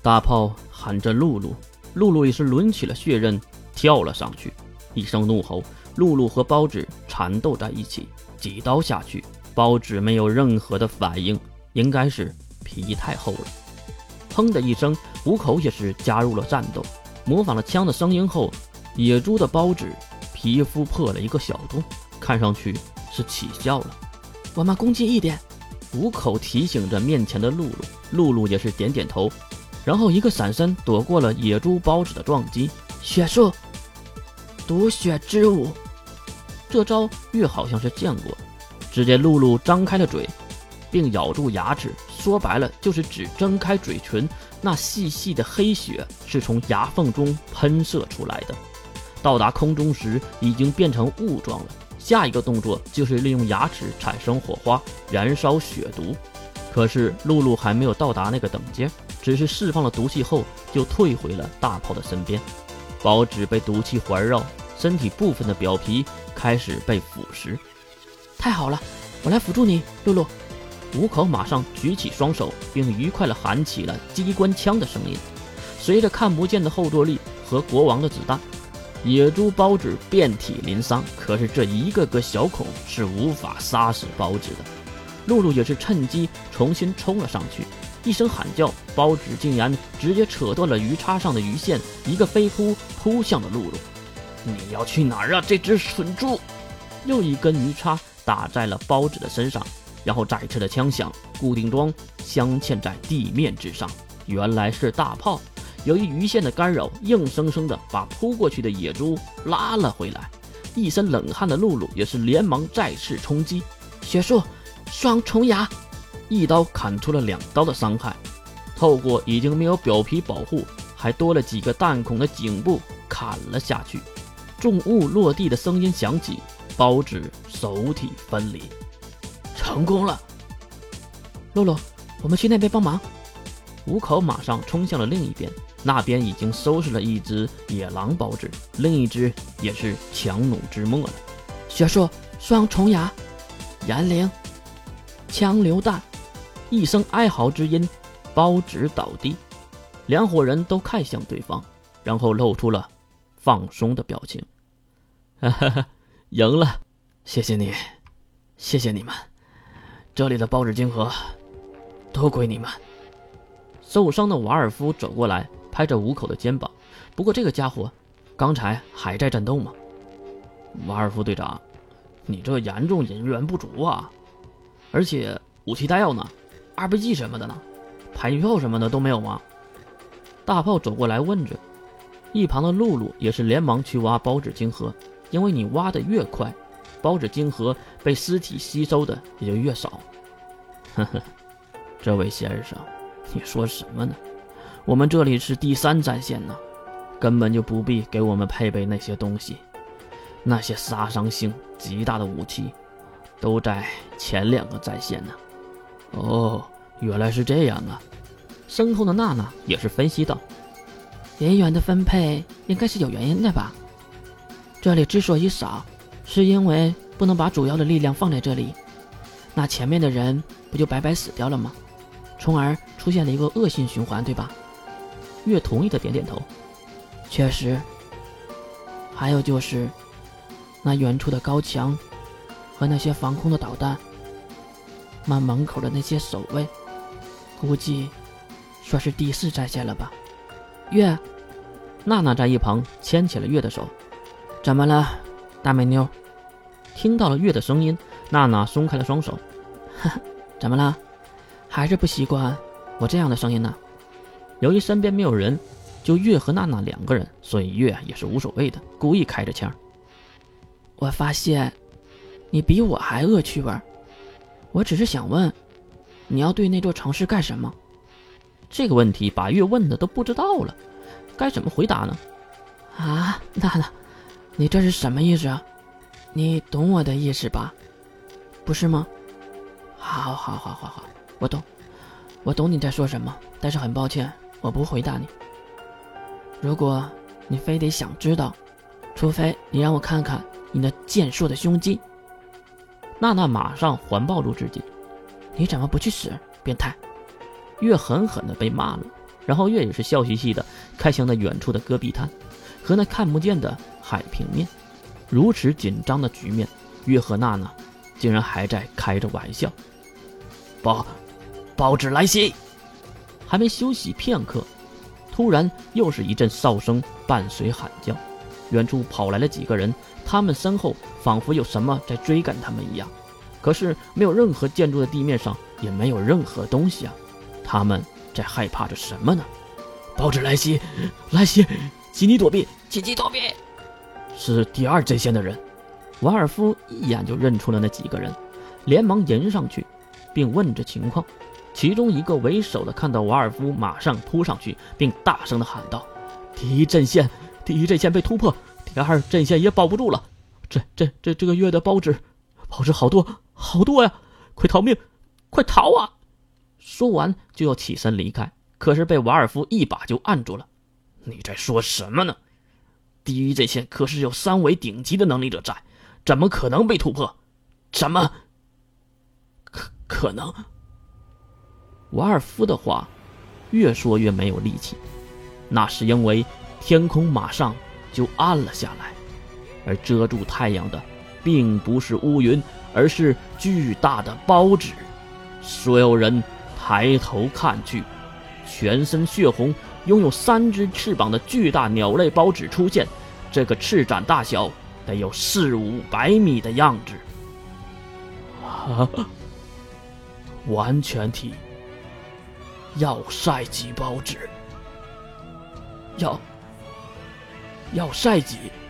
大炮喊着露露，露露也是抡起了血刃跳了上去，一声怒吼，露露和包纸缠斗在一起，几刀下去，包纸没有任何的反应，应该是皮太厚了。砰的一声，五口也是加入了战斗，模仿了枪的声音后，野猪的包纸皮肤破了一个小洞，看上去是起笑了。 我们攻击一点， 五口提醒着面前的露露，露露也是点点头，然后一个闪身躲过了野猪包纸的撞击。 血术，毒血之舞， 这招月好像是见过。只见露露张开了嘴，并咬住牙齿，说白了就是只睁开嘴唇，那细细的黑血是从牙缝中喷射出来的，到达空中时已经变成雾状了。下一个动作就是利用牙齿产生火花，燃烧血毒。可是露露还没有到达那个等阶，只是释放了毒气后就退回了大炮的身边。包纸被毒气环绕，身体部分的表皮开始被腐蚀。 太好了，我来辅助你，露露。 五口马上举起双手，并愉快地喊起了机关枪的声音。随着看不见的后坐力和国王的子弹，野猪包纸遍体鳞伤，可是这一个个小孔是无法杀死包纸的。露露也是趁机重新冲了上去，一声喊叫，包纸竟然直接扯断了鱼叉上的鱼线，一个飞扑扑向了露露。你要去哪儿啊，这只蠢猪！又一根鱼叉打在了包纸的身上，然后再次的枪响，固定桩镶嵌在地面之上，原来是大炮。由于鱼线的干扰，硬生生的把扑过去的野猪拉了回来。一身冷汗的露露也是连忙再次冲击。 血术，双重牙， 一刀砍出了2刀的伤害。透过已经没有表皮保护，还多了几个弹孔的颈部砍了下去。重物落地的声音响起，包纸手体分离。成功了！ 露露，我们去那边帮忙。 五口马上冲向了另一边，那边已经收拾了一只野狼包纸，另一只也是强弩之末了。 血术，双重牙， 炎灵，枪榴弹，一声哀嚎之音，包纸倒地。两伙人都看向对方，然后露出了放松的表情。哈哈哈，赢了，谢谢你，谢谢你们，这里的包纸晶核都归你们。受伤的瓦尔夫走过来，拍着五口的肩膀。不过这个家伙刚才还在战斗吗？瓦尔夫队长，你这严重人员不足啊！而且武器弹药呢？RPG 什么的呢？迫击炮什么的都没有吗？大炮走过来问着。一旁的露露也是连忙去挖包纸晶核，因为你挖得越快，包纸晶核被尸体吸收的也就越少。呵呵，这位先生，你说什么呢？我们这里是第3战线呢，根本就不必给我们配备那些东西。那些杀伤性极大的武器都在前2个战线呢。哦，原来是这样啊。身后的娜娜也是分析道， 人员的分配应该是有原因的吧。这里之所以少，是因为不能把主要的力量放在这里，那前面的人不就白白死掉了吗？从而出现了一个恶性循环，对吧？ 月同意的点点头。 确实。还有就是那远处的高墙和那些防空的导弹，那门口的那些守卫，估计算是第4战线了吧。 月，娜娜在一旁牵起了月的手。 怎么了，大美妞？ 听到了月的声音，娜娜松开了双手。 呵呵，怎么了？还是不习惯我这样的声音呢？ 由于身边没有人，就月和娜娜2个人，所以月也是无所谓的，故意开着腔。 我发现你比我还恶趣味，我只是想问，你要对那座城市干什么？ 这个问题把月问的都不知道了，该怎么回答呢？ 啊，娜娜，你这是什么意思啊？你懂我的意思吧？不是吗？好，我懂你在说什么，但是很抱歉，我不回答你。如果你非得想知道，除非你让我看看你那健硕的胸肌。 娜娜马上环抱住自己。 你怎么不去死，变态？ 月狠狠地被骂了。 然后月也是笑嘻嘻的开向那远处的戈壁滩和那看不见的海平面。如此紧张的局面，月和娜娜竟然还在开着玩笑。报纸来袭！还没休息片刻，突然又是一阵哨声伴随喊叫，远处跑来了几个人，他们身后仿佛有什么在追赶他们一样，可是没有任何建筑的地面上也没有任何东西啊，他们在害怕着什么呢？报纸来袭！来袭！紧急躲避！紧急躲避！是第二阵线的人。瓦尔夫一眼就认出了那几个人，连忙迎上去并问着情况。其中一个为首的看到瓦尔夫，马上扑上去并大声地喊道：第一阵线被突破，第二阵线也保不住了，这个月的报纸好多呀，快逃命，快逃啊！说完就要起身离开，可是被瓦尔夫一把就按住了。你在说什么呢？第一阵线可是有3位顶级的能力者在，怎么可能被突破？怎么可能？瓦尔夫的话越说越没有力气，那是因为天空马上就暗了下来，而遮住太阳的并不是乌云，而是巨大的包纸。所有人抬头看去，全身血红，拥有3只翅膀的巨大鸟类包纸出现，这个翅展大小得有400-500米的样子。完全体要塞级包纸，要塞级。